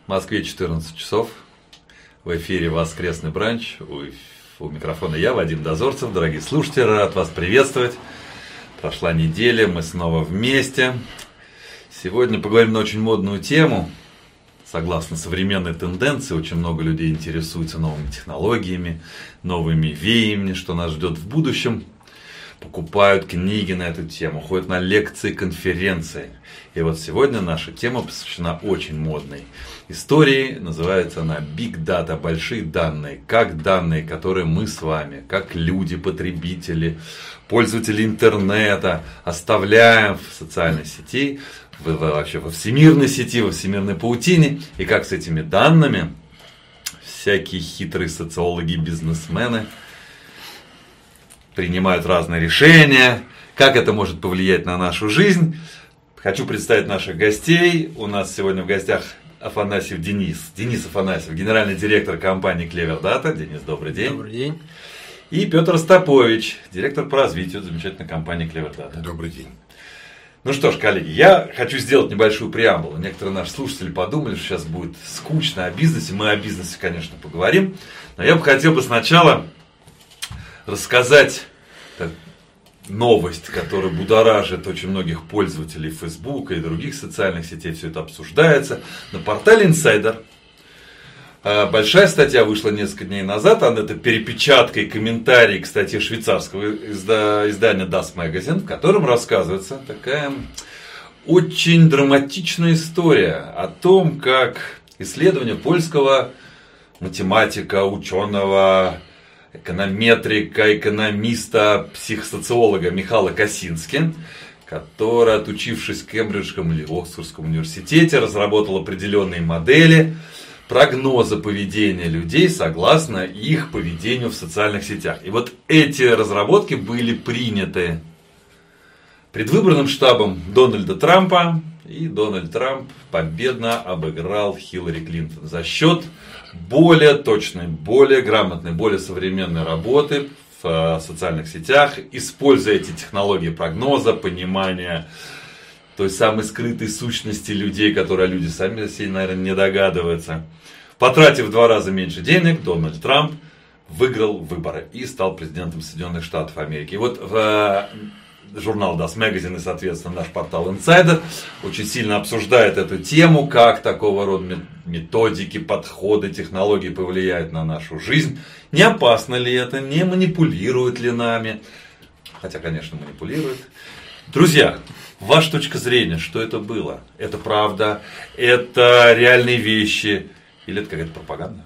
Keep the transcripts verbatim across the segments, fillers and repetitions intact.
В Москве четырнадцать часов. В эфире «Воскресный бранч». У, у микрофона я, Вадим Дозорцев. Дорогие слушатели, рад вас приветствовать. Прошла неделя, мы снова вместе. Сегодня поговорим на очень модную тему. Согласно современной тенденции, очень много людей интересуются новыми технологиями, новыми веяниями, что нас ждет в будущем. Покупают книги на эту тему, ходят на лекции, конференции. И вот сегодня наша тема посвящена очень модной истории. Называется она Big Data, большие данные. Как данные, которые мы с вами, как люди, потребители, пользователи интернета, оставляем в социальной сети, в, вообще во всемирной сети, во всемирной паутине. И как с этими данными всякие хитрые социологи, бизнесмены принимают разные решения, как это может повлиять на нашу жизнь. Хочу представить наших гостей. У нас сегодня в гостях Афанасьев Денис. Денис Афанасьев, генеральный директор компании Clever Data. Денис, добрый день. Добрый день. И Петр Остапович, директор по развитию замечательной компании Clever Data. Добрый день. Ну что ж, коллеги, я хочу сделать небольшую преамбулу. Некоторые наши слушатели подумали, что сейчас будет скучно о бизнесе. Мы о бизнесе, конечно, поговорим. Но я бы хотел бы сначала рассказать так, новость, которая будоражит очень многих пользователей Facebook и других социальных сетей. Все это обсуждается. На портале Insider большая статья вышла несколько дней назад. Она это перепечатка и комментарий к статье швейцарского издания Das Magazine, в котором рассказывается такая очень драматичная история о том, как исследование польского математика, ученого, эконометрика, экономиста, психосоциолога Михала Косински, который, отучившись в Кембриджском или Оксфордском университете, разработал определенные модели прогноза поведения людей согласно их поведению в социальных сетях. И вот эти разработки были приняты предвыборным штабом Дональда Трампа, и Дональд Трамп победно обыграл Хиллари Клинтон за счет более точной, более грамотной, более современной работы в социальных сетях, используя эти технологии прогноза, понимания той самой скрытой сущности людей, которые люди сами себе, наверное, не догадываются. Потратив в два раза меньше денег, Дональд Трамп выиграл выборы и стал президентом Соединенных Штатов Америки. И вот в журнал Das Magazine и, соответственно, наш портал Insider очень сильно обсуждает эту тему, как такого рода методики, подходы, технологии повлияют на нашу жизнь. Не опасно ли это, не манипулирует ли нами? Хотя, конечно, манипулирует. Друзья, ваша точка зрения, что это было? Это правда? Это реальные вещи? Или это какая-то пропаганда?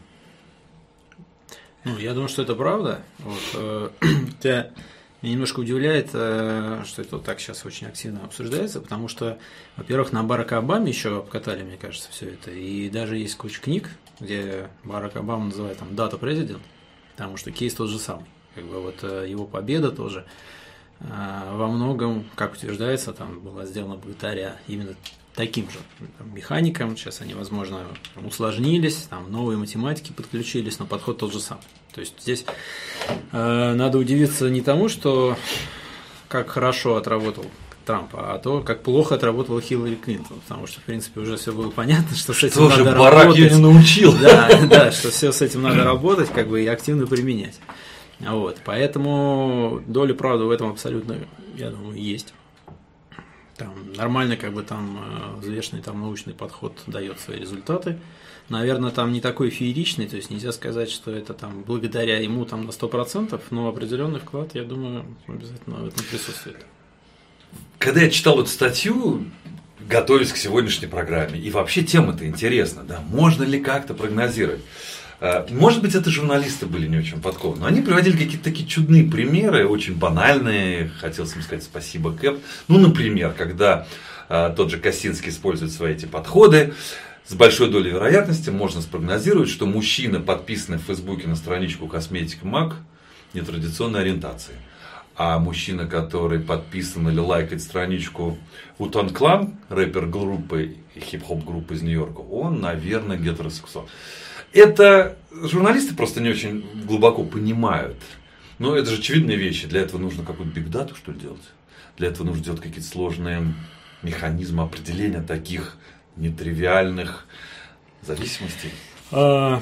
Ну, я думаю, что это правда. Вот, э, тебя меня немножко удивляет, э, что это вот так сейчас очень активно обсуждается, потому что, во-первых, на Барака Обаме еще обкатали, мне кажется, все это. И даже есть куча книг, где Барак Обама называет там Data President, потому что кейс тот же самый. Как бы вот э, его победа тоже во многом, как утверждается, там была сделана благодаря именно таким же там, механикам. Сейчас они, возможно, усложнились, там новые математики подключились, но подход тот же самый. То есть здесь э, надо удивиться не тому, что как хорошо отработал Трамп, а то, как плохо отработала Хиллари Клинтон, потому что, в принципе, уже все было понятно, что с этим что надо же работать. Барак ее не научил. Да, да, что все с этим надо работать, как бы и активно применять. Вот, поэтому доля правды в этом абсолютно, я думаю, есть. Там нормально, как бы там взвешенный там научный подход дает свои результаты. Наверное, там не такой фееричный, то есть нельзя сказать, что это там благодаря ему там на сто процентов, но определенный вклад, я думаю, обязательно в этом присутствует. Когда я читал эту статью, готовясь к сегодняшней программе, и вообще тема-то интересна, да, можно ли как-то прогнозировать? Может быть, это журналисты были не очень подкованы, но они приводили какие-то такие чудные примеры, очень банальные. Хотелось им сказать спасибо, Кэп. Ну, например, когда а, тот же Косинский использует свои эти подходы, с большой долей вероятности можно спрогнозировать, что мужчина, подписанный в Фейсбуке на страничку Косметика Мак, нетрадиционной ориентации. А мужчина, который подписан или лайкает страничку Wu-Tang Clan, рэпер группы и хип-хоп группы из Нью-Йорка, он, наверное, гетеросексуал. Это журналисты просто не очень глубоко понимают. Но это же очевидные вещи. Для этого нужно какую-то бигдату, что ли, делать. Для этого нужно делать какие-то сложные механизмы определения таких нетривиальных зависимостей? А,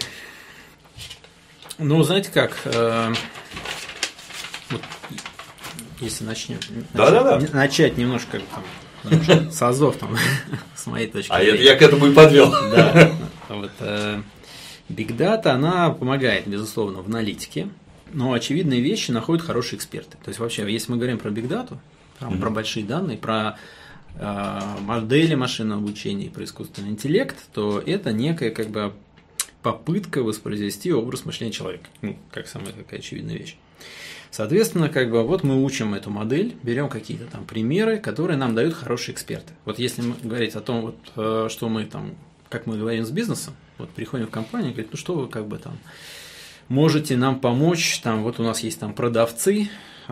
ну, знаете как, а, вот, если начнем, да, начать, да, да. начать немножко там, с азов, там, с моей точки а зрения. А я к этому и подвел. Да, вот, а, Big Data, она помогает, безусловно, в аналитике, но очевидные вещи находят хорошие эксперты. То есть, вообще, если мы говорим про Big Data, там, mm-hmm. про большие данные, про э, модели машинного обучения, про искусственный интеллект, то это некая как бы попытка воспроизвести образ мышления человека. Ну, как самая такая очевидная вещь. Соответственно, как бы вот мы учим эту модель, берем какие-то там примеры, которые нам дают хорошие эксперты. Вот если мы говорить о том, вот, что мы там, как мы говорим с бизнесом, вот приходим в компанию и говорим, ну что вы как бы там можете нам помочь, там вот у нас есть там продавцы,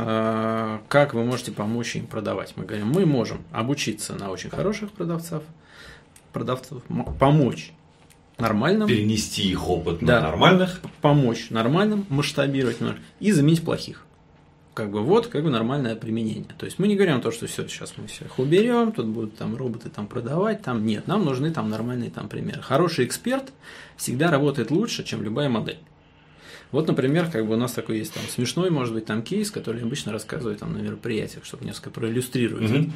э, как вы можете помочь им продавать? Мы говорим, мы можем обучиться на очень хороших продавцов, продавцов, помочь нормальным, перенести их опыт да, на нормальных, помочь нормальным, масштабировать и заменить плохих. Как бы вот как бы нормальное применение. То есть мы не говорим о том, что все, сейчас мы всех уберем, тут будут там роботы там продавать, там нет, нам нужны там нормальные там примеры. Хороший эксперт всегда работает лучше, чем любая модель. Вот, например, как бы у нас такой есть там смешной, может быть, там кейс, который я обычно рассказываю там на мероприятиях, чтобы несколько проиллюстрировать. Mm-hmm.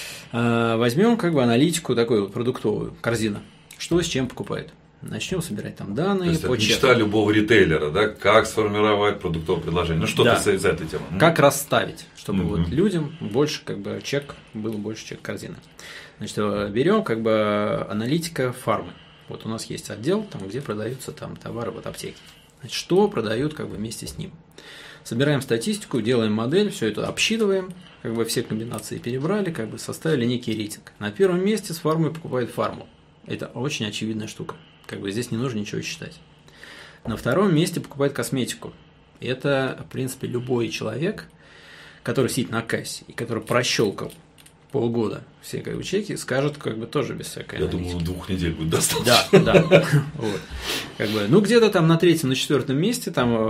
А, возьмем как бы аналитику такую вот продуктовую, корзина. Что с чем покупают? Начнем собирать там данные. То есть, по это мечта чекам. любого ритейлера, да, как сформировать продуктовое предложение. Ну, что-то да. из этой темы. Как расставить, чтобы Mm-hmm. вот людям больше как бы чек, было больше чек корзины. Значит, берем как бы аналитика фармы. Вот у нас есть отдел, там, где продаются там товары вот аптеки. Значит, что продают как бы вместе с ним. Собираем статистику, делаем модель, все это обсчитываем, как бы все комбинации перебрали, как бы составили некий рейтинг. На первом месте с фармой покупают фарму. Это очень очевидная штука. Как бы здесь не нужно ничего считать. На втором месте покупает косметику. Это, в принципе, любой человек, который сидит на кассе и который прощелкал полгода все как бы чеки, скажут как бы тоже без всякой Я аналитики. думаю, двух недель будет достаточно. Да, да. Вот. Как бы, ну, где-то там на третьем, на четвертом месте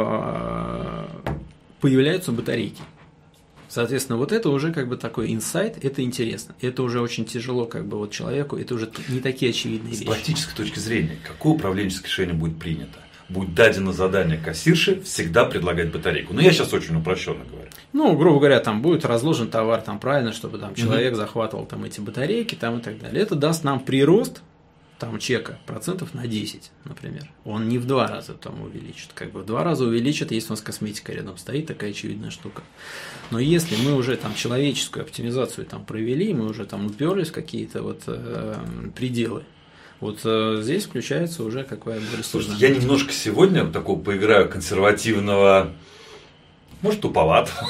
там появляются батарейки. Соответственно, вот это уже как бы такой инсайт, это интересно. Это уже очень тяжело как бы вот человеку, это уже не такие очевидные вещи. С практической точки зрения, какое управленческое решение будет принято? Будет дадено задание кассирше всегда предлагать батарейку. Ну, я сейчас очень упрощенно говорю. Ну, грубо говоря, там будет разложен товар там правильно, чтобы там человек mm-hmm. захватывал там эти батарейки там, и так далее. Это даст нам прирост там чека процентов на десять, например. Он не в два раза там увеличит. Как бы в два раза увеличит, если у нас косметика рядом стоит, такая очевидная штука. Но если мы уже там человеческую оптимизацию там провели, мы уже там уперлись в какие-то вот э, пределы, вот э, здесь включается уже какая-то более сложная. Слушайте, я немножко сегодня такого поиграю консервативного, может, туповатого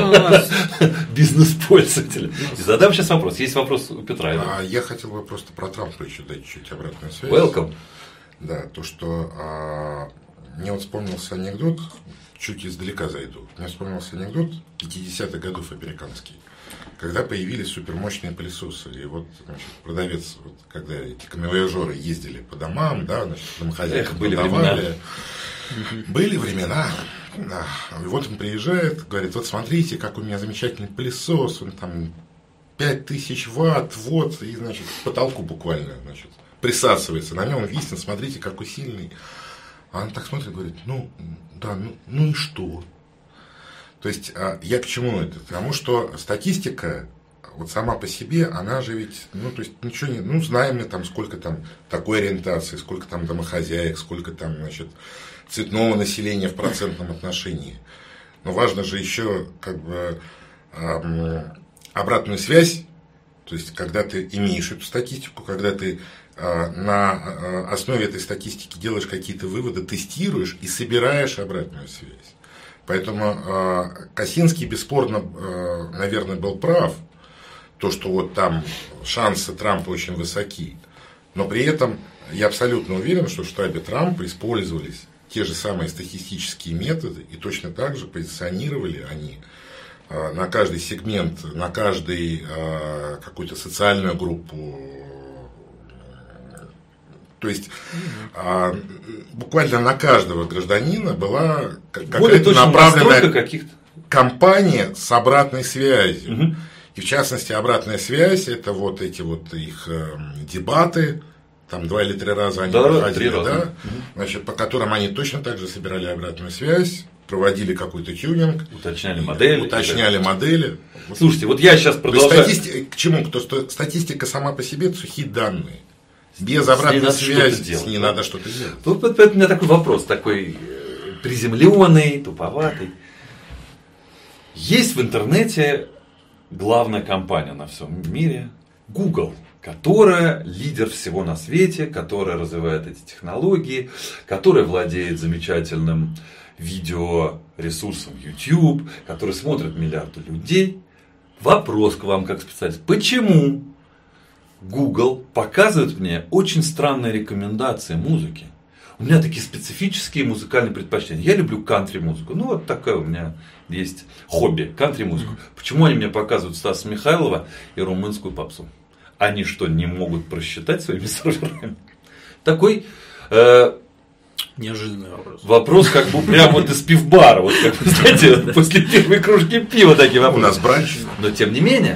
бизнес-пользователя. И задам сейчас вопрос. Есть вопрос у Петра. А, я хотел бы просто про Трампа еще дать чуть обратную связь. Welcome. Да, то, что а, мне вот вспомнился анекдот, чуть издалека зайду. Мне вспомнился анекдот пятидесятых годов американский, когда появились супермощные пылесосы. И вот, значит, продавец, вот, когда эти камевояжеры ездили по домам, да, значит, домохозяйкам были продавали. времена. Были времена. Да. И вот он приезжает, говорит, вот смотрите, как у меня замечательный пылесос, он там пять тысяч ватт, вот, и, значит, к потолку буквально, значит, присасывается, на нем виснет, смотрите, какой сильный. А он так смотрит и говорит, ну, да, ну, ну и что? То есть, я к чему это? Потому что статистика, вот сама по себе, она же ведь, ну, то есть, ничего не, ну, знаем мы там, сколько там такой ориентации, сколько там домохозяек, сколько там, значит, цветного населения в процентном отношении. Но важно же еще, как бы, эм, обратную связь, то есть, когда ты имеешь эту статистику, когда ты э, на э, основе этой статистики делаешь какие-то выводы, тестируешь и собираешь обратную связь. Поэтому э, Косинский бесспорно, э, наверное, был прав, то, что вот там шансы Трампа очень высоки. Но при этом я абсолютно уверен, что в штабе Трампа использовались те же самые статистические методы, и точно так же позиционировали они э, на каждый сегмент, на каждый э, какую-то социальную группу. То есть э, буквально на каждого гражданина была какая-то направленная кампания с обратной связью. Угу. И в частности, обратная связь — это вот эти вот их э, дебаты там два или три раза они да, проходили, три раза. да, Угу. значит, по которым они точно так же собирали обратную связь, проводили какой-то тюнинг, уточняли модели. Уточняли модели. Слушайте, вот я сейчас продолжаю. Статисти... К чему? То, что статистика сама по себе сухие данные. Без обратной связи с ней да? надо что-то делать. Вот, вот, вот у меня такой вопрос, такой приземленный, туповатый. Есть в интернете главная компания на всем мире Google, которая лидер всего на свете, которая развивает эти технологии, которая владеет замечательным видеоресурсом YouTube, который смотрят миллиарды людей. Вопрос к вам как специалист. Почему Google показывает мне очень странные рекомендации музыки? У меня такие специфические музыкальные предпочтения. Я люблю кантри-музыку. Ну, вот такое у меня есть хобби. Кантри-музыку. Почему они мне показывают Стаса Михайлова и румынскую попсу? Они что, не могут просчитать своими серверами? Такой э, неожиданный вопрос. Вопрос как бы прямо вот из пивбара. Вот как вы знаете, после первой кружки пива такие вопросы. У нас бранч. Но тем не менее.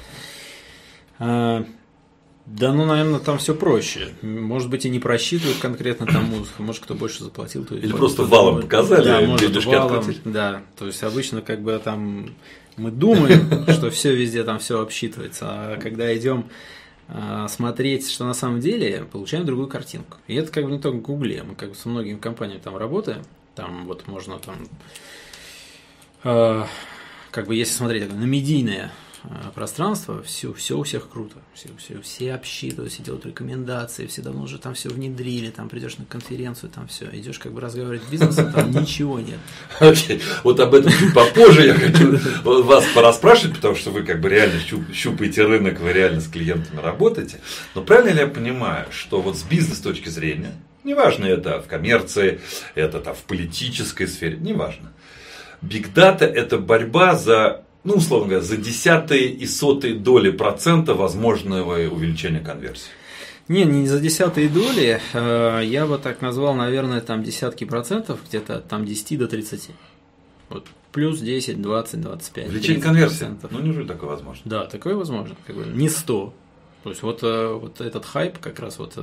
Да, ну, наверное, там все проще. Может быть, и не просчитывают конкретно там музыку. Может, кто больше заплатил, то или просто валом показали, да, может, денежки валом, отплатили. да. То есть обычно как бы там мы думаем, что все везде там все обсчитывается, а когда идем смотреть, что на самом деле, получаем другую картинку. И это как бы не только в Гугле, мы как бы со многими компаниями там работаем, там вот можно там как бы если смотреть на медийное пространство, все, все у всех круто, все, все, все обсчитывают, все делают рекомендации, все давно уже там все внедрили, там придешь на конференцию, там все, идешь как бы разговаривать с бизнесом, там ничего нет. Окей, вот об этом чуть попозже я хочу вас порасспрашивать, потому что вы как бы реально щупаете рынок, вы реально с клиентами работаете, но правильно ли я понимаю, что вот с бизнес точки зрения, неважно это в коммерции, это там в политической сфере, неважно, Big Data это борьба за, ну, условно говоря, за десятые и сотые доли процента возможного увеличения конверсии? Не, не за десятые доли, я бы так назвал, наверное, там десятки процентов, где-то там десять до тридцати. Вот плюс десять, двадцать, двадцать пять. Увеличение конверсии? Ну, неужели такое возможно? Да, такое возможно. Как бы не сто. То есть, вот, вот этот хайп как раз вот...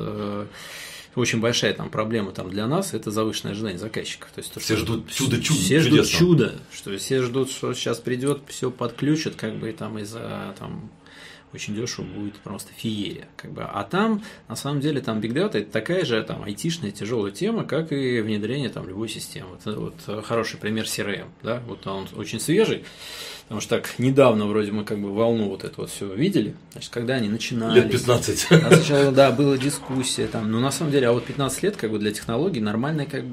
Очень большая там проблема там для нас – это завышенное ожидание заказчиков. То есть, то, все что ждут чудо-чудо. Все ждут чудо, что все ждут, что сейчас придет, все подключат, как бы там из-за там очень дешево будет просто феерия. Как бы. А там, на самом деле, там Big Data – это такая же там айтишная тяжелая тема, как и внедрение там любой системы. Вот, вот хороший пример си ар эм, да, вот он очень свежий. Потому что так недавно вроде мы как бы волну вот это вот все видели, значит, когда они начинали. Лет пятнадцать. А сначала, да, была дискуссия там, но на самом деле, а вот пятнадцать лет как бы для технологий нормальный как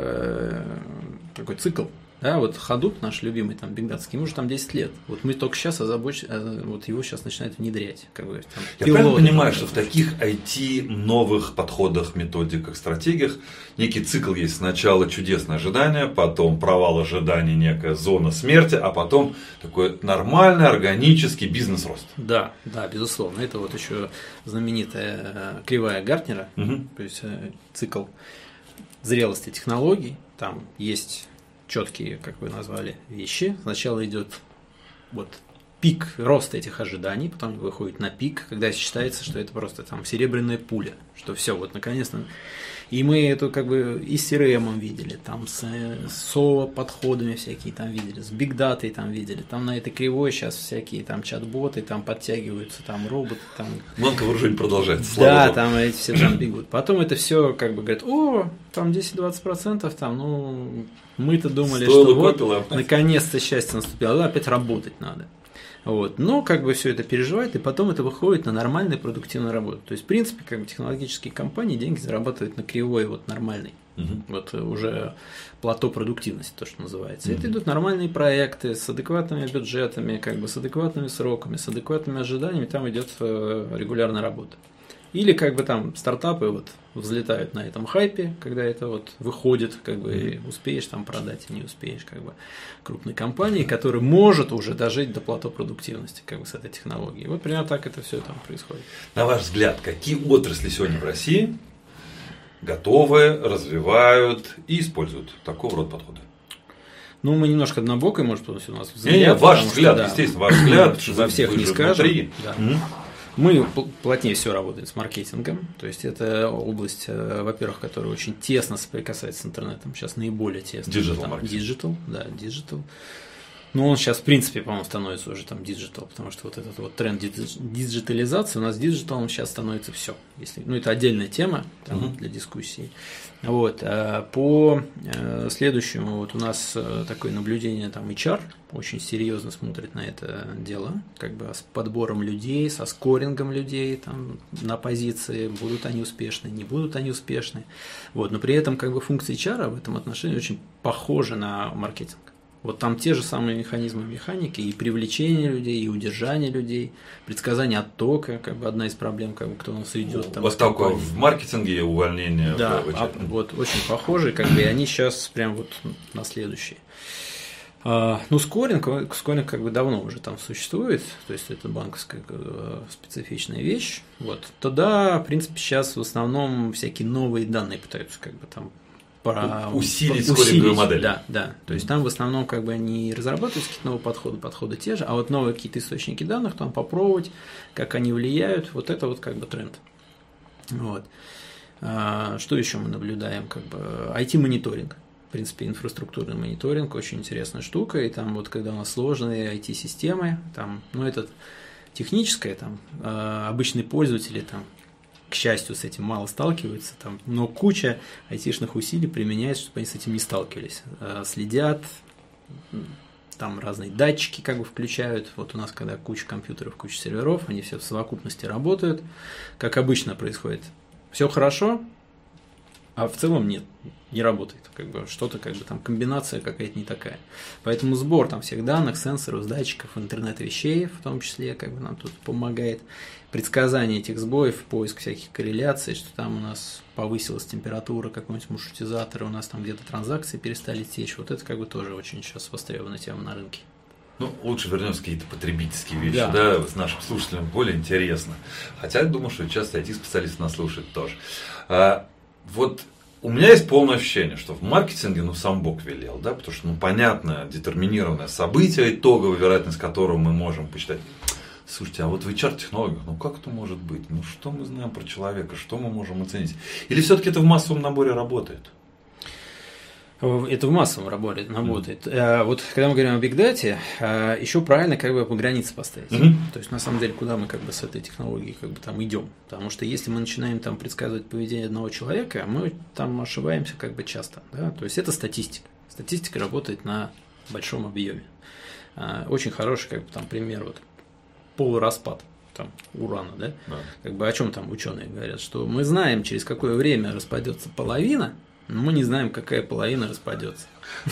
бы такой цикл. Да, вот Hadoop наш любимый там бигдатский, ему уже там десять лет. Вот мы только сейчас озабочены, вот его сейчас начинают внедрять. Как бы, там, я правильно понимаю, что в таких ай ти новых подходах, методиках, стратегиях некий цикл есть. Сначала чудесное ожидание, потом провал ожиданий, некая зона смерти, а потом такой нормальный органический бизнес-рост. Да, да, безусловно. Это вот еще знаменитая кривая Гартнера, угу. То есть цикл зрелости технологий. Там есть четкие, как вы назвали, вещи. Сначала идет вот пик роста этих ожиданий, потом выходит на пик, когда считается, что это просто там серебряная пуля, что все, вот наконец-то. И мы это как бы и с си ар эм видели, там с со подходами всякие там видели, с Big Data там видели, там на этой кривой сейчас всякие там чат-боты, там подтягиваются, там роботы, там. Гонка вооружений продолжается. Да, там эти все там бегут. Потом это все как бы говорят, о, там десять-двадцать процентов, там, ну, мы-то думали, Стоило что вот, копило. наконец-то счастье наступило, да, опять работать надо. Вот. Но как бы все это переживает, и потом это выходит на нормальную продуктивную работу. То есть, в принципе, как бы технологические компании деньги зарабатывают на кривой вот нормальной. Угу. Вот уже плато продуктивности, то, что называется. Угу. Это идут нормальные проекты с адекватными бюджетами, как бы с адекватными сроками, с адекватными ожиданиями, там идет регулярная работа. Или как бы там стартапы вот взлетают на этом хайпе, когда это вот выходит, как бы mm-hmm. успеешь там продать, не успеешь, как бы крупной компании, которая может уже дожить до плато продуктивности, как бы с этой технологией. Вот примерно так это все там происходит. На ваш взгляд, какие отрасли сегодня в России готовы, развивают и используют такого рода подходы? Ну, мы немножко однобокой, может быть, у нас взгляд. Не, не, ваш взгляд, что, да, естественно, ваш взгляд. Во всех не скажем. Да. Mm-hmm. Мы плотнее все работаем с маркетингом, то есть это область, во-первых, которая очень тесно соприкасается с интернетом, сейчас наиболее тесно. Диджитал маркетинг. Диджитал, да, диджитал. Но он сейчас, в принципе, по-моему, становится уже там диджитал, потому что вот этот вот тренд диджитализации, у нас диджиталом сейчас становится все. Если, ну, это отдельная тема там, uh-huh. для дискуссий. Вот. А по э, следующему, вот у нас э, такое наблюдение, там эйч ар очень серьезно смотрит на это дело, как бы с подбором людей, со скорингом людей там, на позиции, будут они успешны, не будут они успешны. Вот. Но при этом как бы функция эйч ар в этом отношении очень похожа на маркетинг. Вот там те же самые механизмы механики, и привлечение людей, и удержание людей, предсказание оттока, как бы одна из проблем, как бы кто у нас идет. Там, Поставка в маркетинге, увольнение. Да, а, вот очень похожие, как бы, и они сейчас прям вот на следующие. А, ну, скоринг, скоринг как бы давно уже там существует, то есть это банковская специфичная вещь. Вот. Тогда, в принципе, сейчас в основном всякие новые данные пытаются как бы там Про, усилить скоринговую модель. Да, да. То есть там в основном как бы не разрабатываются какие-то новые подходы, подходы те же, а вот новые какие-то источники данных, там попробовать, как они влияют, вот это вот как бы тренд. Вот. А, что еще мы наблюдаем? Как бы ай ти-мониторинг. В принципе, инфраструктурный мониторинг очень интересная штука, и там вот когда у нас сложные ай ти-системы, там, ну это техническое, там, обычные пользователи там, к счастью, с этим мало сталкиваются, там, но куча айтишных усилий применяется, чтобы они с этим не сталкивались. Следят, там разные датчики как бы включают. Вот у нас, когда куча компьютеров, куча серверов, они все в совокупности работают. Как обычно происходит. Все хорошо, а в целом нет, не работает. Как бы что-то, как бы там комбинация какая-то не такая. Поэтому сбор там всех данных, сенсоров, датчиков, интернета вещей, в том числе, как бы нам тут помогает. Предсказание этих сбоев, поиск всяких корреляций, что там у нас повысилась температура какого-нибудь маршрутизатора, у нас там где-то транзакции перестали течь. Вот это как бы тоже очень сейчас востребованная тема на рынке. Ну, лучше вернемся к какие-то потребительские вещи, да. да, с нашим слушателям более интересно. Хотя я думаю, что часто ай ти-специалисты нас слушают тоже. А, вот у меня есть полное ощущение, что в маркетинге, ну, сам Бог велел, да, потому что, ну, понятно, детерминированное событие, итоговая вероятность которого мы можем посчитать. Слушайте, а вот в эйч ар-технологиях, ну как это может быть? Ну что мы знаем про человека, что мы можем оценить? Или все-таки это в массовом наборе работает? Это в массовом наборе работает. Mm-hmm. Вот когда мы говорим о бигдате, еще правильно как бы по границе поставить. Mm-hmm. То есть на самом деле, куда мы как бы с этой технологией как бы там идем. Потому что если мы начинаем там предсказывать поведение одного человека, мы там ошибаемся как бы часто. Да? То есть это статистика. Статистика работает на большом объеме. Очень хороший как бы там пример вот. Полураспад там, урана, да? Да. Как бы о чем там ученые говорят, что мы знаем, через какое время распадется половина, но мы не знаем, какая половина распадется.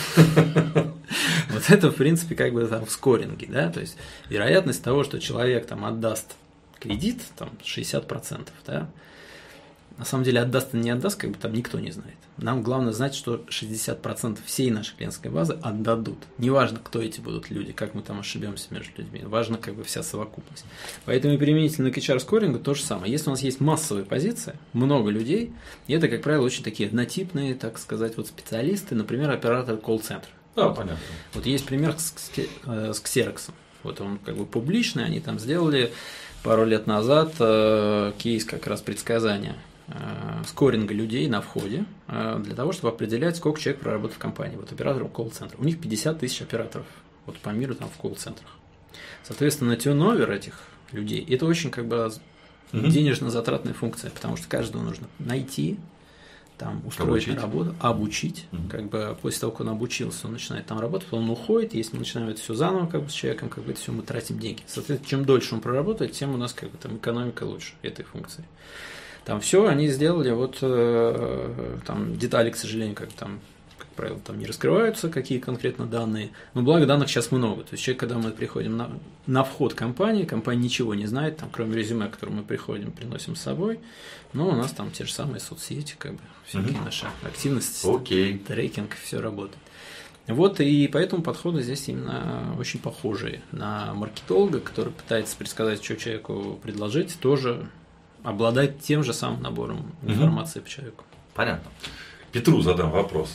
Вот это, в принципе, как бы там в скоринге, да, то есть вероятность того, что человек там отдаст кредит, там шестьдесят процентов, да, на самом деле отдаст или не отдаст, как бы там никто не знает. Нам главное знать, что шестьдесят процентов всей нашей клиентской базы отдадут. Неважно, кто эти будут люди, как мы там ошибемся между людьми. Важно как бы вся совокупность. Поэтому применительно к эйч ар-скорингу то же самое. Если у нас есть массовая позиция, много людей, и это, как правило, очень такие однотипные, так сказать, вот специалисты, например, операторы колл-центра. Да, понятно. Вот есть пример с, с Xerox. Вот он как бы публичный, они там сделали пару лет назад э, кейс как раз предсказания скоринга людей на входе для того, чтобы определять, сколько человек проработает в компании. Вот оператором колл-центра. У них пятьдесят тысяч операторов вот по миру там в колл-центрах. Соответственно, тюновер этих людей – это очень как бы угу. денежно-затратная функция, потому что каждого нужно найти, там, устроить на работу, обучить. Угу. Как бы после того, как он обучился, он начинает там работать, он уходит. Если мы начинаем это все заново как бы, с человеком, как бы это все мы тратим деньги. Соответственно, чем дольше он проработает, тем у нас как бы, там, экономика лучше этой функции. Там все они сделали, вот э, там детали, к сожалению, как там, как правило, там не раскрываются, какие конкретно данные. Но благо данных сейчас много. То есть человек, когда мы приходим на, на вход компании, компания ничего не знает, там, кроме резюме, к которому мы приходим, приносим с собой. Но у нас там те же самые соцсети, как бы, всякие mm-hmm. наши активности, okay. трекинг, все работает. Вот, и поэтому подходы здесь именно очень похожие на маркетолога, который пытается предсказать, что человеку предложить, тоже обладать тем же самым набором информации угу. по человеку. Понятно. Петру задам вопрос.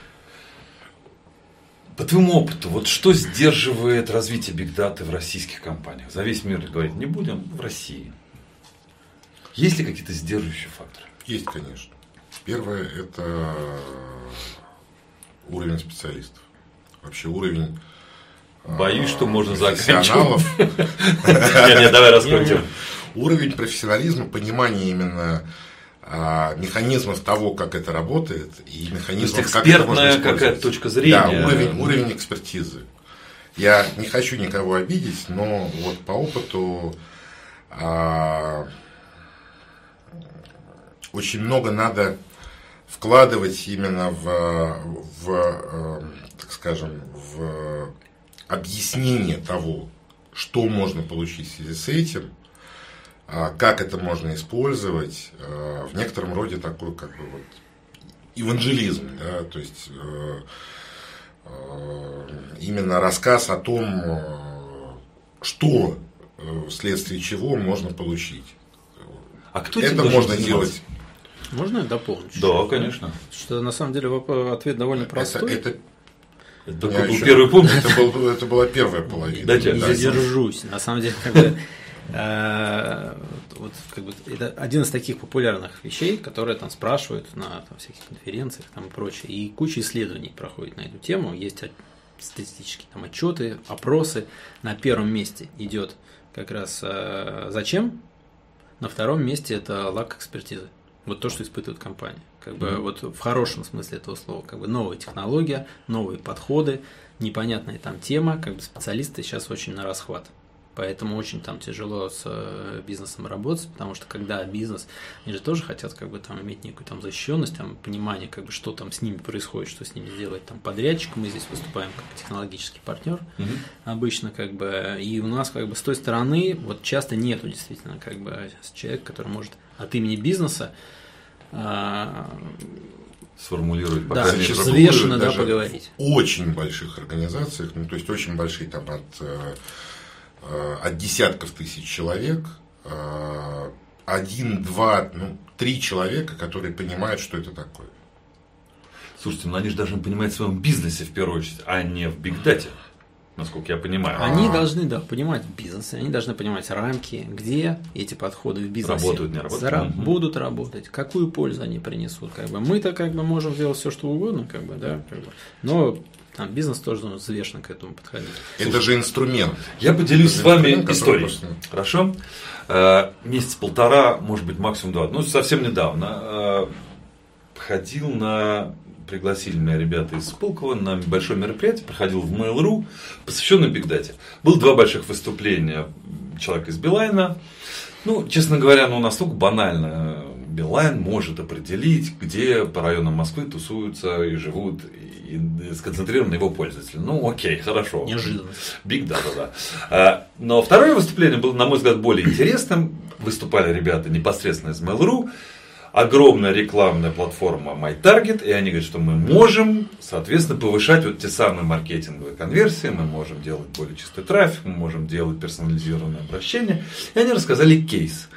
По твоему опыту, вот что сдерживает развитие бигдаты в российских компаниях? За весь мир говорить не будем, в России. Есть ли какие-то сдерживающие факторы? Есть, конечно. Первое – это уровень специалистов. Вообще уровень Боюсь, что можно профессионалов. Нет, давай раскрутим. Уровень профессионализма, понимание именно механизмов того, как это работает, и механизмов, как это можно использовать. Какая-то точка зрения. Да, уровень, уровень экспертизы. Я не хочу никого обидеть, но вот по опыту а, очень много надо вкладывать именно в, в, так скажем, в объяснение того, что можно получить в связи с этим, как это можно использовать, в некотором роде такой как бы вот евангелизм, да, то есть именно рассказ о том, что вследствие чего можно получить. А кто это можно делать? Можно я дополню? Да, конечно. Что на самом деле ответ довольно простой. Это, это... Это был еще... первый пункт. Это, был, это была первая половина. Дайте, не задержусь. На самом деле, как бы, вот, как бы, это один из таких популярных вещей, которые там спрашивают на там, всяких конференциях там, и прочее. И куча исследований проходит на эту тему. Есть статистические там, отчеты, опросы. На первом месте идет как раз зачем. На втором месте это лак экспертизы. Вот то, что испытывает компания. Как бы, mm-hmm. вот в хорошем смысле этого слова. Как бы новая технология, новые подходы, непонятная там тема, как бы специалисты сейчас очень на расхват. Поэтому очень там тяжело с бизнесом работать, потому что когда бизнес, они же тоже хотят как бы там иметь некую там защищенность, там понимание, как бы, что там с ними происходит, что с ними сделать там подрядчик. Мы здесь выступаем как технологический партнер mm-hmm. обычно, как бы, и у нас как бы с той стороны вот часто нету действительно как бы человека, который может от имени бизнеса сформулировать, да, взвешенно, да, поговорить. В очень больших организациях, ну, то есть очень большие там от, от десятков тысяч человек, один, два, ну, три человека, которые понимают, что это такое. Слушайте, ну они же должны понимать в своем бизнесе в первую очередь, а не в бигдате. Насколько я понимаю. Они А-а-а. должны, да, понимать бизнес, они должны понимать рамки, где эти подходы в бизнесе работают, не работают, зара- угу. будут работать, какую пользу они принесут. Как бы. Мы-то как бы можем сделать все, что угодно, как бы, да, как бы. Но там бизнес тоже должен взвешенно к этому подходить. Это Слушай, же инструмент. Я поделюсь с вами историей. Просто... Хорошо? Месяц полтора, может быть, максимум два. Ну, совсем недавно ходил на... Пригласили меня ребята из Пулково на большое мероприятие, проходил в Mail.ru, посвященное бигдате. Было два больших выступления. Человек из Билайна. Ну, честно говоря, ну настолько банально. Билайн может определить, где по районам Москвы тусуются и живут и сконцентрированы его пользователи. Ну, окей, хорошо. Неожиданно. Бигдата, да. Но второе выступление было, на мой взгляд, более интересным. Выступали ребята непосредственно из Mail.ru. Огромная рекламная платформа MyTarget, и они говорят, что мы можем, соответственно, повышать вот те самые маркетинговые конверсии, мы можем делать более чистый трафик, мы можем делать персонализированное обращение. И они рассказали кейс.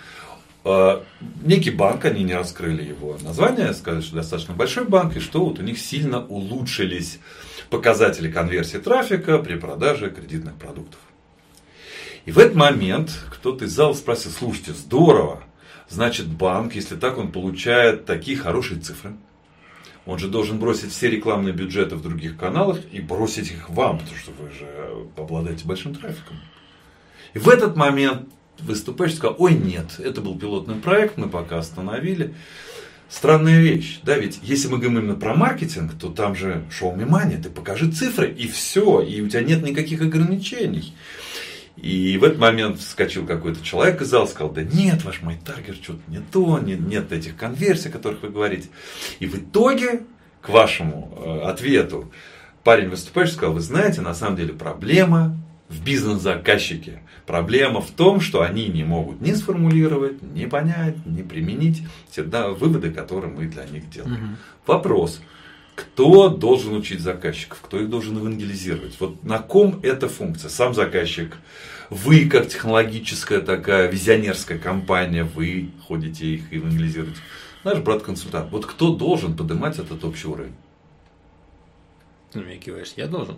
Некий банк, они не раскрыли его название, сказали, что достаточно большой банк, и что вот у них сильно улучшились показатели конверсии трафика при продаже кредитных продуктов. И в этот момент кто-то из зала спросил: слушайте, здорово. Значит, банк, если так, он получает такие хорошие цифры. Он же должен бросить все рекламные бюджеты в других каналах и бросить их вам, потому что вы же обладаете большим трафиком. И в этот момент выступающий сказал: ой, нет, это был пилотный проект, мы пока остановили. Странная вещь, да, ведь если мы говорим именно про маркетинг, то там же show me money, ты покажи цифры и все, и у тебя нет никаких ограничений. И в этот момент вскочил какой-то человек из зала, сказал: да нет, ваш MyTarget что-то не то, нет, нет этих конверсий, о которых вы говорите. И в итоге, к вашему э, ответу, парень выступающий сказал: вы знаете, на самом деле проблема в бизнес-заказчике. Проблема в том, что они не могут ни сформулировать, ни понять, ни применить те да, выводы, которые мы для них делаем. Угу. Вопрос. Кто должен учить заказчиков? Кто их должен евангелизировать? Вот на ком эта функция? Сам заказчик, вы как технологическая такая визионерская компания, вы ходите их евангелизировать. Наш брат-консультант. Вот кто должен поднимать этот общий уровень? Ну, мне киваешь, я должен.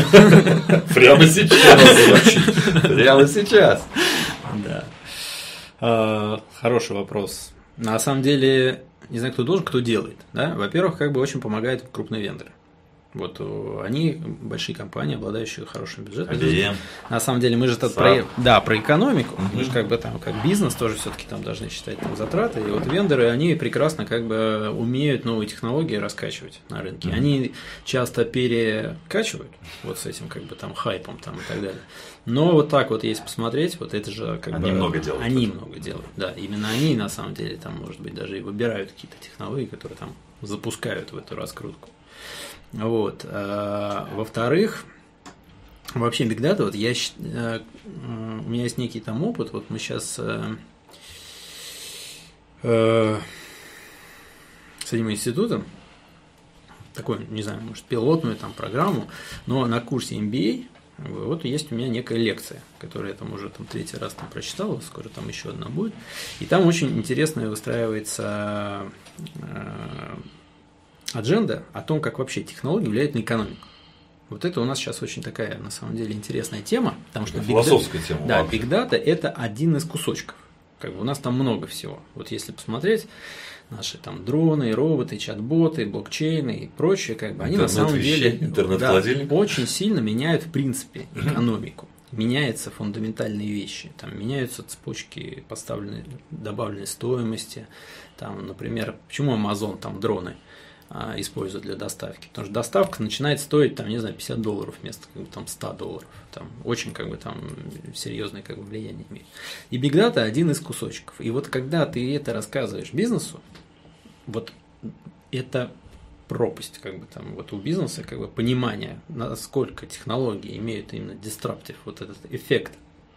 Прямо сейчас. Прямо сейчас. Да. А, хороший вопрос. На самом деле, не знаю, кто должен, кто делает. Да? Во-первых, как бы очень помогают крупные вендоры. Вот они большие компании, обладающие хорошим бюджетом. ай би эм. На самом деле мы же тут про, да, про экономику, mm-hmm. мы же как бы там как бизнес тоже все-таки там должны считать там затраты. И вот вендоры, они прекрасно как бы умеют новые технологии раскачивать на рынке. Mm-hmm. Они часто перекачивают вот с этим как бы там хайпом там и так далее. Но вот так вот, если посмотреть, вот это же как они бы… много делают. Они это. много делают, да. Именно они, на самом деле, там, может быть, даже и выбирают какие-то технологии, которые там запускают в эту раскрутку. Вот. А, во-вторых, вообще Big Data, вот я, у меня есть некий там опыт, вот мы сейчас э, э, с этим институтом, такой, не знаю, может, пилотную там программу, но на курсе эм би эй вот есть у меня некая лекция, которую я там уже там третий раз там прочитал, скоро там еще одна будет, и там очень интересно выстраивается э, адженда о том, как вообще технологии влияют на экономику. Вот это у нас сейчас очень такая, на самом деле, интересная тема, потому что философская тема. Да, Big Data – это один из кусочков. Как бы у нас там много всего. Вот если посмотреть, наши там дроны, роботы, чат-боты, блокчейны и прочее, как бы они интернет на самом вещей, деле да, очень сильно меняют в принципе экономику. Меняются фундаментальные вещи, там меняются цепочки поставленной, добавленной стоимости, там, например, почему Amazon там дроны используют для доставки, потому что доставка начинает стоить там, не знаю, пятьдесят долларов вместо как бы, там, ста долларов, там очень как бы там серьезное как бы влияние имеет. И Big Data один из кусочков. И вот когда ты это рассказываешь бизнесу, вот это пропасть как бы там вот у бизнеса как бы понимание, насколько технологии имеют именно disruptive вот этот эффект.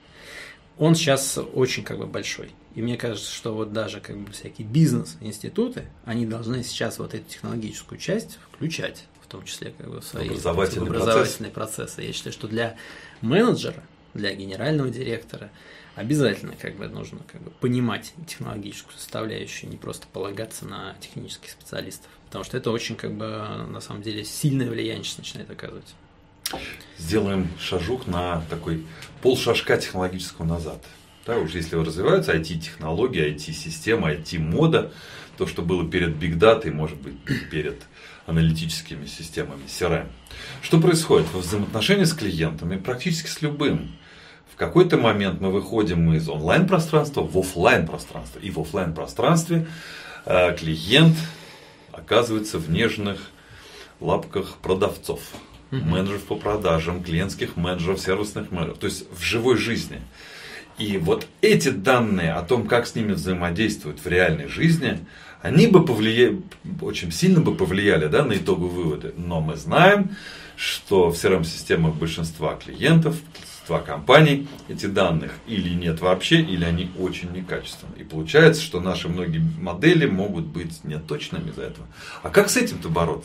Он сейчас очень как бы большой. И мне кажется, что вот даже как бы всякие бизнес-институты, они должны сейчас вот эту технологическую часть включать, в том числе как бы в свои образовательные, образовательные процессы. процессы. Я считаю, что для менеджера, для генерального директора обязательно как бы нужно как бы понимать технологическую составляющую, не просто полагаться на технических специалистов. Потому что это очень как бы на самом деле сильное влияние сейчас начинает оказывать. Сделаем шажок на такой полшажка технологического назад. Да, уж если развиваются ай ти-технологии, ай ти-система, ай ти-мода, то, что было перед Big Data, может быть, перед аналитическими системами си ар эм. Что происходит во взаимоотношении с клиентами, практически с любым? В какой-то момент мы выходим из онлайн-пространства в офлайн-пространство. И в офлайн-пространстве э, клиент оказывается в нежных лапках продавцов, mm-hmm. менеджеров по продажам, клиентских менеджеров, сервисных менеджеров. То есть в живой жизни. И вот эти данные о том, как с ними взаимодействуют в реальной жизни, они бы повлияли, очень сильно бы повлияли, да, на итоговые выводы. Но мы знаем, что в си ар эм-системах большинства клиентов, большинства компаний эти данных или нет вообще, или они очень некачественны. И получается, что наши многие модели могут быть неточными из-за этого. А как с этим-то бороться?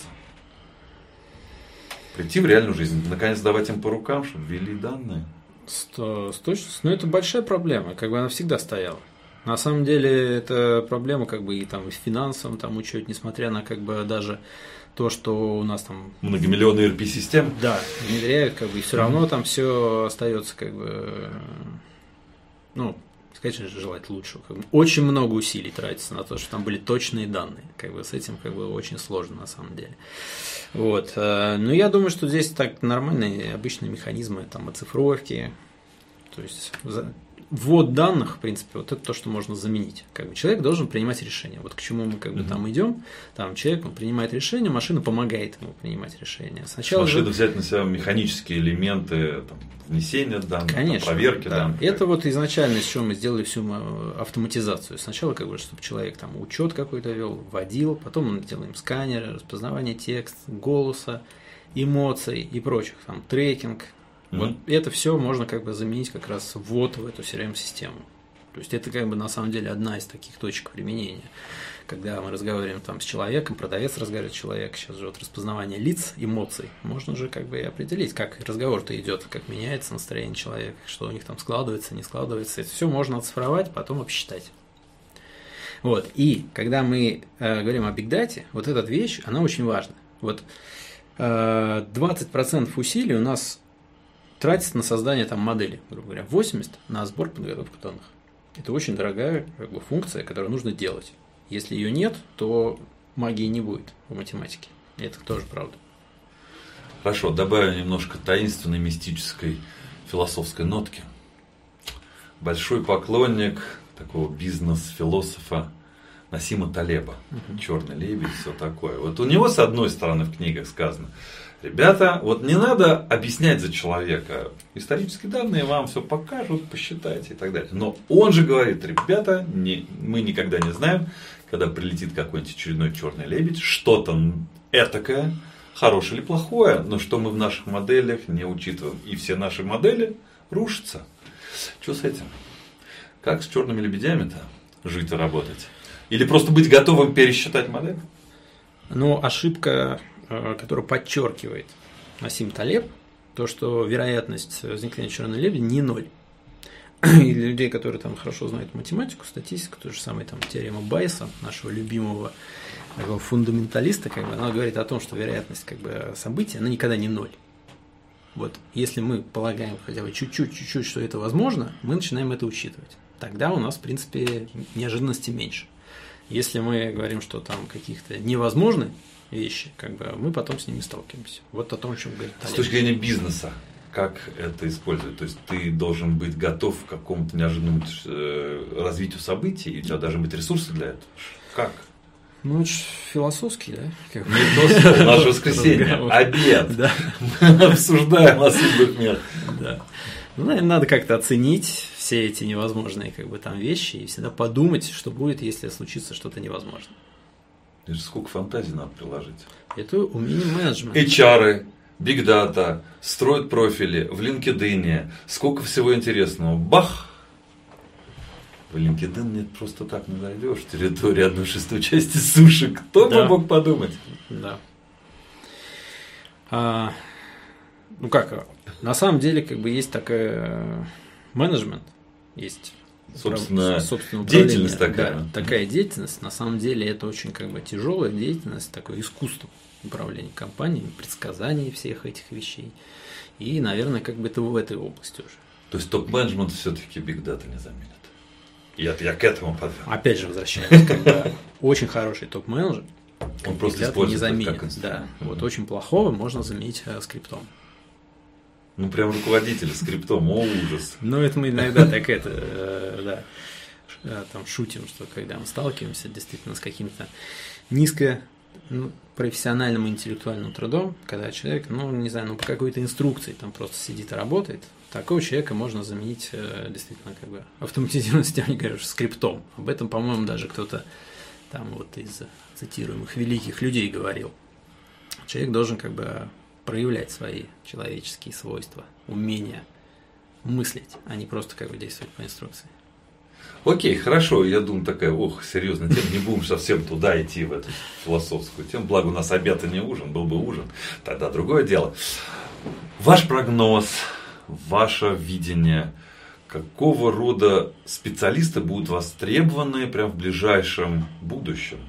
Прийти в реальную жизнь, наконец давать им по рукам, чтобы ввели данные. С точностью, но это большая проблема, как бы она всегда стояла. На самом деле, это проблема как бы и там в финансовом там учете, несмотря на как бы даже то, что у нас там многомиллионные и эр пи-системы. Да, внедряют, как бы, и все равно там все остается как бы, ну, конечно же, желать лучшего. Как бы. Очень много усилий тратится на то, что там были точные данные. Как бы с этим как бы очень сложно на самом деле. Вот. Но я думаю, что здесь так нормальные обычные механизмы там, оцифровки. То есть ввод данных, в принципе, вот это то, что можно заменить. Как бы человек должен принимать решение. Вот к чему мы как бы mm-hmm. там идем, там человек он принимает решение, машина помогает ему принимать решение. Сначала машина же... взять на себя механические элементы там, внесения данных, Конечно, там, проверки да. данных. Это вот изначально, с чего мы сделали всю автоматизацию. Сначала, как бы, чтобы человек там учет какой-то вел, вводил, потом мы делаем сканеры, распознавание текста, голоса, эмоций и прочих, там трекинг. Mm-hmm. Вот это все можно как бы заменить как раз ввод в эту си ар эм-систему. То есть это как бы на самом деле одна из таких точек применения. Когда мы разговариваем там с человеком, продавец разговаривает с человеком, сейчас же вот распознавание лиц, эмоций, можно же как бы и определить, как разговор-то идет, как меняется настроение человека, что у них там складывается, не складывается. Это все можно оцифровать, потом обсчитать. Вот. И когда мы э, говорим о Big Data, вот эта вещь, она очень важна. Вот э, двадцать процентов усилий у нас тратится на создание там модели, грубо говоря, восемьдесят процентов на сбор подготовку данных. Это очень дорогая как бы, функция, которую нужно делать. Если ее нет, то магии не будет в математике. И это тоже правда. Хорошо, добавим немножко таинственной, мистической, философской нотки. Большой поклонник такого бизнес-философа Насима Талеба. Uh-huh. «Черный лебедь», все такое. Вот у него, с одной стороны, в книгах сказано: ребята, вот не надо объяснять за человека. Исторические данные вам все покажут, посчитайте и так далее. Но он же говорит: ребята, не, мы никогда не знаем, когда прилетит какой-нибудь очередной черный лебедь, что-то этакое, хорошее или плохое, но что мы в наших моделях не учитываем. И все наши модели рушатся. Что с этим? Как с черными лебедями-то жить и работать? Или просто быть готовым пересчитать модель? Ну, ошибка, которая подчеркивает Насим Талеб, то, что вероятность возникновения черного лебедя не ноль. И для людей, которые там хорошо знают математику, статистику, то же самое там теорема Байеса, нашего любимого такого фундаменталиста, как бы, она говорит о том, что вероятность как бы, события, она никогда не ноль. Вот, если мы полагаем хотя бы чуть-чуть, чуть-чуть, что это возможно, мы начинаем это учитывать. Тогда у нас, в принципе, неожиданности меньше. Если мы говорим, что там каких-то невозможны вещи, как бы, мы потом с ними сталкиваемся. Вот о том, о чем говорит Талеб. С точки зрения бизнеса, как это использовать? То есть ты должен быть готов к какому-то неожиданному развитию событий, и у тебя должны быть ресурсы для этого. Как? Ну, это философский, да? Как не наше воскресенье, обед. Да. Мы обсуждаем о судьбах мира. Да. Ну, наверное, надо как-то оценить все эти невозможные как бы, там, вещи и всегда подумать, что будет, если случится что-то невозможное. Сколько фантазий надо приложить? Это умение менеджмента. эйч ар, Big Data, строят профили в LinkedIn, сколько всего интересного. Бах! В LinkedIn нет, просто так не зайдешь. Территория одной шестой части суши. Кто да. бы мог подумать? Да. А, ну как, на самом деле, как бы есть такая менеджмент, есть собственно, собственно деятельность такая. Да, такая деятельность. На самом деле это очень как бы тяжелая деятельность, такое искусство управления компанией, предсказаний всех этих вещей. И, наверное, как бы это в этой области уже. То есть топ-менеджмент все-таки Big Data не заменит. Я, я к этому подвел. Опять же возвращаюсь, когда очень хороший топ-менеджер, он просто использует не заменит. Как да. Вот очень плохого можно заменить скриптом. Ну, прям руководитель скриптом, о, ужас. Ну, это мы иногда так это, да, там шутим, что когда мы сталкиваемся действительно с каким-то низко ну, профессиональным интеллектуальным трудом, когда человек, ну, не знаю, ну, по какой-то инструкции там просто сидит и работает, такого человека можно заменить действительно как бы автоматизированной системой, говоришь, скриптом. Об этом, по-моему, даже кто-то там вот из цитируемых великих людей говорил. Человек должен как бы проявлять свои человеческие свойства, умения мыслить, а не просто как бы действовать по инструкции. Окей, хорошо, я думаю, такая, ох, серьезная тема, не будем совсем туда идти, в эту философскую тему, благо у нас обед и не ужин, был бы ужин, тогда другое дело. Ваш прогноз, ваше видение, какого рода специалисты будут востребованы прямо в ближайшем будущем?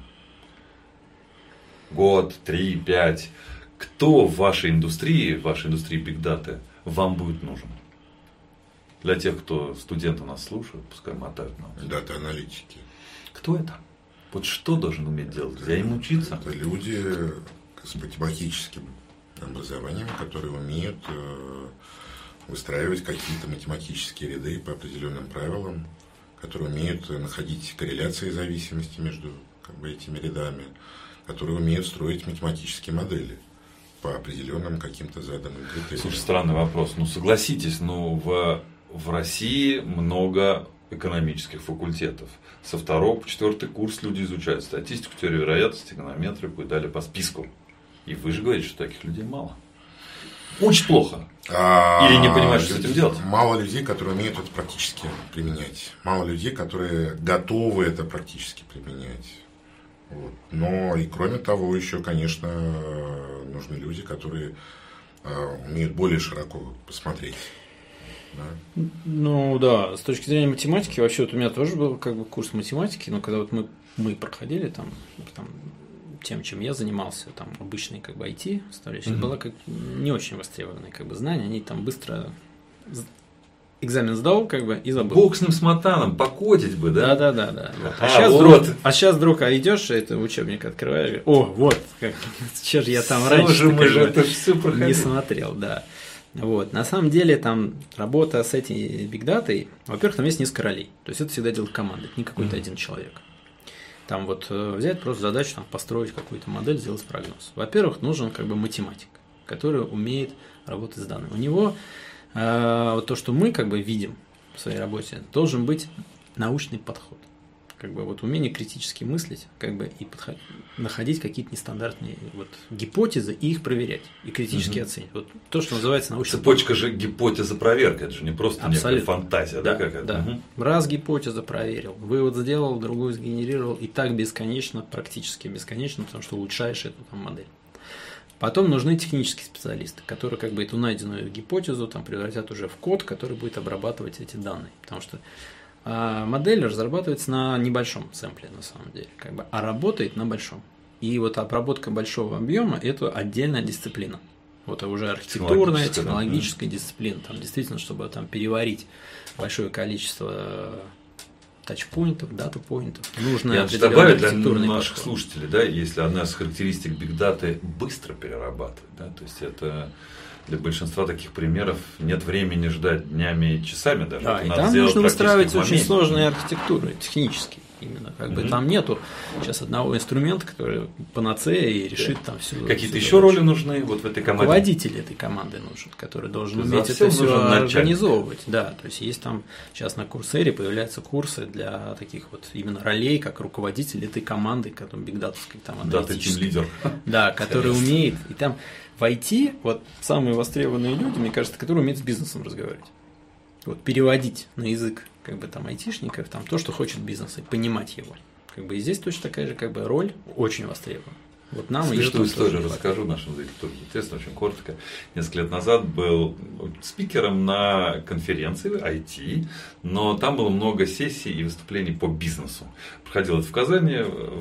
Год, три, пять. Кто в вашей индустрии, в вашей индустрии Big Data вам будет нужен? Для тех, кто студенты нас слушают, пускай мотают нам. Дата-аналитики. Кто это? Вот что должен уметь делать? Я им учиться? Это люди с математическим образованием, которые умеют выстраивать какие-то математические ряды по определенным правилам, которые умеют находить корреляции и зависимости между как бы, этими рядами, которые умеют строить математические модели по определенным каким-то заданным критериям. Слушай, странный вопрос. Ну, согласитесь, ну, в, в России много экономических факультетов. Со второго по четвертый курс люди изучают статистику, теорию вероятности, эконометрику и далее по списку. И вы же говорите, что таких людей мало. Очень плохо. А, Или не понимают, что с этим делать. Мало людей, которые умеют это практически применять. Мало людей, которые готовы это практически применять. Вот. Но и кроме того, еще, конечно, нужны люди, которые э, умеют более широко посмотреть. Да? Ну да, с точки зрения математики, вообще вот у меня тоже был как бы курс математики, но когда вот мы, мы проходили там, там тем, чем я занимался, там обычный как бы ай ти составляющая, mm-hmm. была как не очень востребованные как бы знания, они там быстро экзамен сдал, как бы, и забыл. Бог с ним смотаном, покодить бы, да? Да, да, да, да. Вот. А, а, сейчас вот. вдруг, а сейчас вдруг а идешь, это учебник открываешь, о, вот, как, че же я там Слушай, раньше мы же это все проходили. не смотрел, да. Вот. На самом деле, там работа с этой бигдатой, во-первых, там есть несколько ролей. То есть это всегда делает команда, это не какой-то mm-hmm. один человек. Там вот взять просто задачу, там, построить какую-то модель, сделать прогноз. Во-первых, нужен как бы математик, который умеет работать с данными. У него э, вот то, что мы как бы видим в своей работе, должен быть научный подход. Как бы вот умение критически мыслить, как бы и подходить, находить какие-то нестандартные вот гипотезы и их проверять, и критически угу. оценивать. Вот то, что называется научный Цепочка подход. Же гипотеза проверка, это же не просто Абсолютно. Некая фантазия, да, да какая-то? Да. Угу. Раз гипотеза проверил, вывод сделал, другую сгенерировал, и так бесконечно, практически бесконечно, потому что улучшаешь эту там модель. Потом нужны технические специалисты, которые как бы эту найденную гипотезу там превратят уже в код, который будет обрабатывать эти данные, потому что а модель разрабатывается на небольшом сэмпле, на самом деле, как бы, а работает на большом. И вот обработка большого объема – это отдельная дисциплина. Вот уже архитектурная, технологическая, технологическая да. дисциплина. Там действительно, чтобы там переварить большое количество тачпоинтов, дата-поинтов, нужно Я добавить для наших подход. слушателей, да, если одна из характеристик бигдаты быстро перерабатывать, да, то есть это для большинства таких примеров нет времени ждать днями и часами даже. Да, это и надо там нужно выстраивать очень момент. сложные архитектуры, технические. Именно как бы mm-hmm. там нету сейчас одного инструмента, который панацея и решит yeah. там все. Какие-то еще роли нужны вот в этой команде? Руководитель этой команды нужен, который должен то уметь это все организовывать. Да, то есть есть там сейчас на Курсере появляются курсы для таких вот именно ролей, как руководитель этой команды, которая бигдатовской там аналитической. Дата-тим-лидер. Да, который умеет. И там в ай ти вот самые востребованные люди, мне кажется, которые умеют с бизнесом разговаривать. Вот, переводить на язык как бы там айтишников там то, что хочет бизнес, и понимать его. Как бы и здесь точно такая же как бы роль очень востребована. Вот нам Смешную историю расскажу нашим зрителям, тоже интересно, очень коротко. Несколько лет назад был спикером на конференции ай ти, но там было много сессий и выступлений по бизнесу. Проходило это в Казани,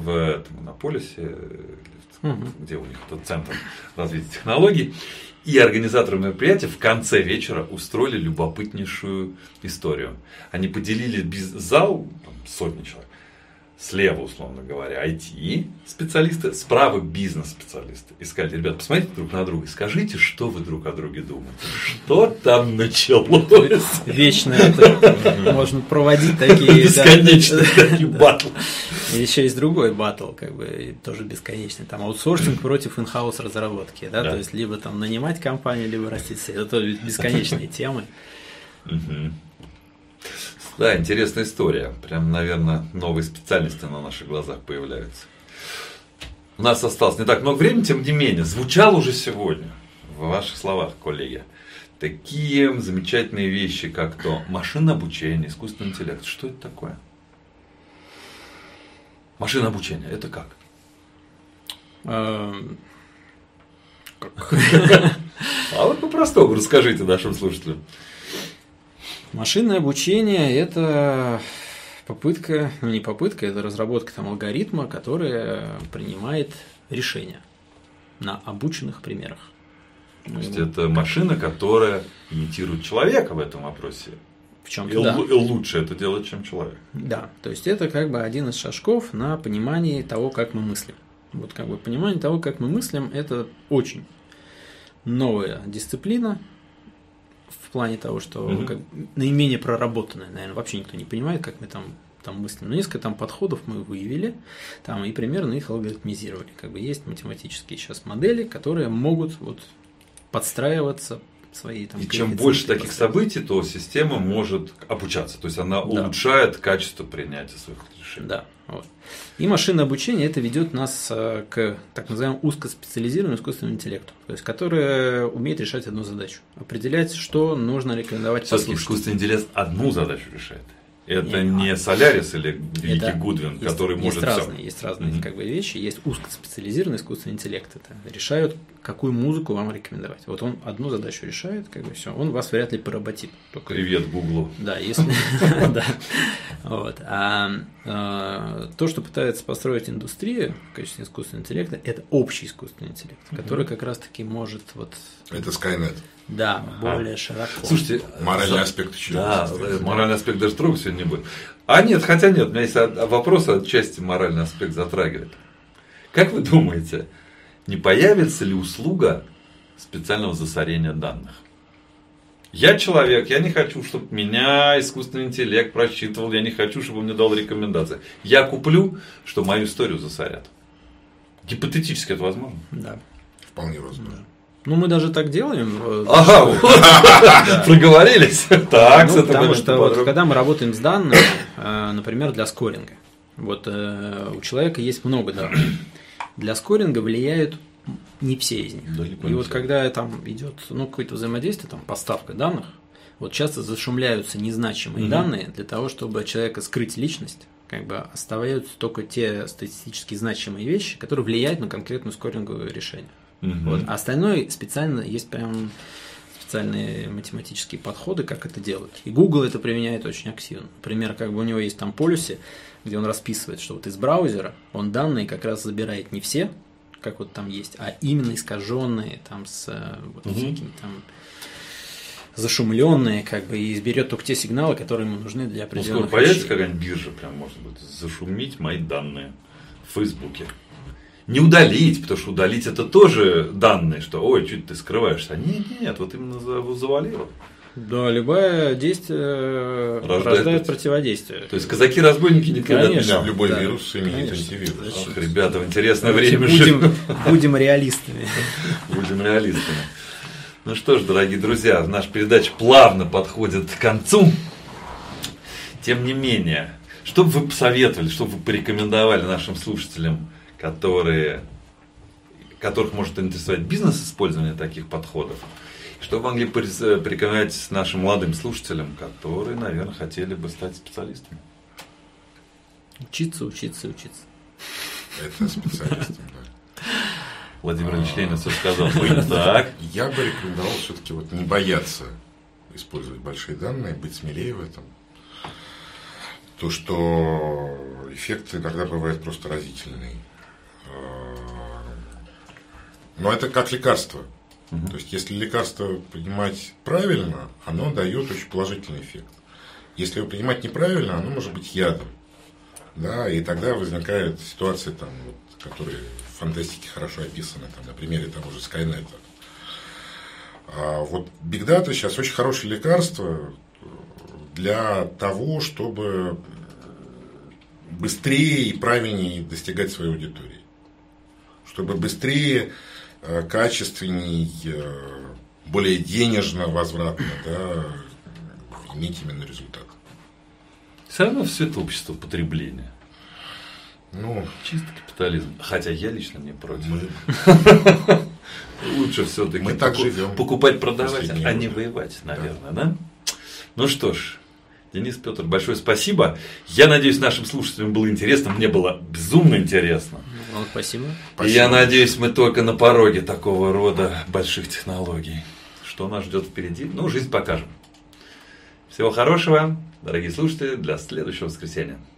в там, на Полисе, угу. где у них этот центр развития технологий. И организаторы мероприятия в конце вечера устроили любопытнейшую историю. Они поделили зал, там, сотни человек, слева, условно говоря, ай ти-специалисты, справа бизнес-специалисты. И сказали: ребят, посмотрите друг на друга и скажите, что вы друг о друге думаете. Что там началось? Вечно это можно проводить такие... Бесконечные такие батлы. И еще есть другой батл, как бы, тоже бесконечный. Там аутсорсинг против инхаус разработки. Да? Да. То есть, либо там нанимать компанию, либо растить себя. Это тоже бесконечные темы. Да, интересная история. Прям, наверное, новые специальности на наших глазах появляются. У нас осталось не так много времени, тем не менее, звучало уже сегодня в ваших словах, коллеги, такие замечательные вещи, как то машинное обучение, искусственный интеллект. Что это такое? Машинное обучение, это как? А вот по-простому расскажите нашим слушателям. Машинное обучение – это попытка, ну не попытка, это разработка там алгоритма, который принимает решения на обученных примерах. То есть это машина, которая имитирует человека в этом вопросе. В чем-то, да. И лучше это делать, чем человек. Да, то есть это как бы один из шажков на понимании того, как мы мыслим. Вот как бы понимание того, как мы мыслим, это очень новая дисциплина. В плане того, что mm-hmm. как, наименее проработанная, наверное, вообще никто не понимает, как мы там, там мыслим. Но несколько там подходов мы выявили, там и примерно их алгоритмизировали. Как бы есть математические сейчас модели, которые могут вот подстраиваться свои там. И чем больше таких событий, то система может обучаться, то есть она да. улучшает качество принятия своих решений. Да. Вот. И машинное обучение это ведет нас к так называемому узкоспециализированному искусственному интеллекту, то есть которое умеет решать одну задачу, определять, что нужно рекомендовать послушать. Искусственный интеллект одну задачу решает. Это не, не Солярис или Великий это Гудвин, есть, который есть может разные, все. Есть разные mm-hmm. как бы, вещи. Есть узкоспециализированный искусственный интеллект. Это решают, какую музыку вам рекомендовать. Вот он одну задачу решает, как бы все. Он вас вряд ли поработит. Только... Привет Гуглу. Да, если. А то, что пытается построить индустрия в качестве искусственного интеллекта, это общий искусственный интеллект, который как раз-таки может вот. Это Skynet. Да, более широко. Слушайте, Моральный аспект еще. Да, моральный аспект даже трогать сегодня не будет. А нет, хотя нет, у меня есть вопрос, отчасти моральный аспект затрагивает. Как вы думаете, не появится ли услуга специального засорения данных? Я человек, я не хочу, чтобы меня искусственный интеллект просчитывал, я не хочу, чтобы он мне дал рекомендации. Я куплю, что мою историю засорят. Гипотетически это возможно? Да. Вполне возможно. Ну, мы даже так делаем. Ага, вот, проговорились. Так, потому что вот, когда мы работаем с данными, например, для скоринга, вот у человека есть много данных. Для скоринга влияют не все из них. И вот когда там идет ну, какое-то взаимодействие, там, поставка данных, вот часто зашумляются незначимые mm-hmm. данные для того, чтобы от человека скрыть личность, как бы оставляются только те статистически значимые вещи, которые влияют на конкретную скоринговое решение. Mm-hmm. Вот. А остальное специально есть прям специальные математические подходы, как это делать. И Google это применяет очень активно. Например, как бы у него есть там полюси, где он расписывает, что вот из браузера он данные как раз забирает не все, как вот там есть, а именно искаженные, там с вот, угу. всякими там зашумленные, как бы, и берет только те сигналы, которые ему нужны для определенных. Ну, скоро появится какая-нибудь биржа, прям может быть, зашумить мои данные в Фейсбуке. Не удалить, потому что удалить это тоже данные, что ой, чуть ты скрываешься. Нет, нет, вот именно завалило. Да, любое действие рождает, рождает противодействие. То есть казаки-разбойники никогда не да, любой да, вирус имеет антивирус. Ох, ребята, в интересное время будем, будем реалистами. Будем реалистами. Ну что ж, дорогие друзья, наша передача плавно подходит к концу. Тем не менее, что бы вы посоветовали, что бы вы порекомендовали нашим слушателям, которые, которых может интересовать бизнес-использование таких подходов? Что вы могли порекомендовать нашим молодым слушателям, которые, наверное, хотели бы стать специалистами? Учиться, учиться, учиться. Это специалистом, да. Владимир Ильич Ленин все сказал. Так. Я бы рекомендовал все-таки вот не бояться использовать большие данные, быть смелее в этом. То, что эффект иногда бывает просто разительный. Но это как лекарство. Uh-huh. То есть, если лекарство принимать правильно, оно дает очень положительный эффект. Если его принимать неправильно, оно может быть ядом. Да, и тогда возникают ситуации, там, вот, которые в фантастике хорошо описаны, там, на примере того же Скайнета. А вот Big Data сейчас очень хорошее лекарство для того, чтобы быстрее и правильнее достигать своей аудитории. Чтобы быстрее, качественней, более денежно, возвратно, да, иметь именно результат. Все равно все это общество потребления. Ну, чисто капитализм. Хотя я лично не против. Мы... Лучше все-таки мы так живем. Покупать, продавать, а не воевать, наверное, да? да? Ну что ж, Денис, Петр, большое спасибо. Я надеюсь, нашим слушателям было интересно. Мне было безумно интересно. Ну, спасибо. И спасибо. я надеюсь, мы только на пороге такого рода больших технологий. Что нас ждет впереди? Ну, жизнь покажет. Всего хорошего, дорогие слушатели, для следующего воскресенья.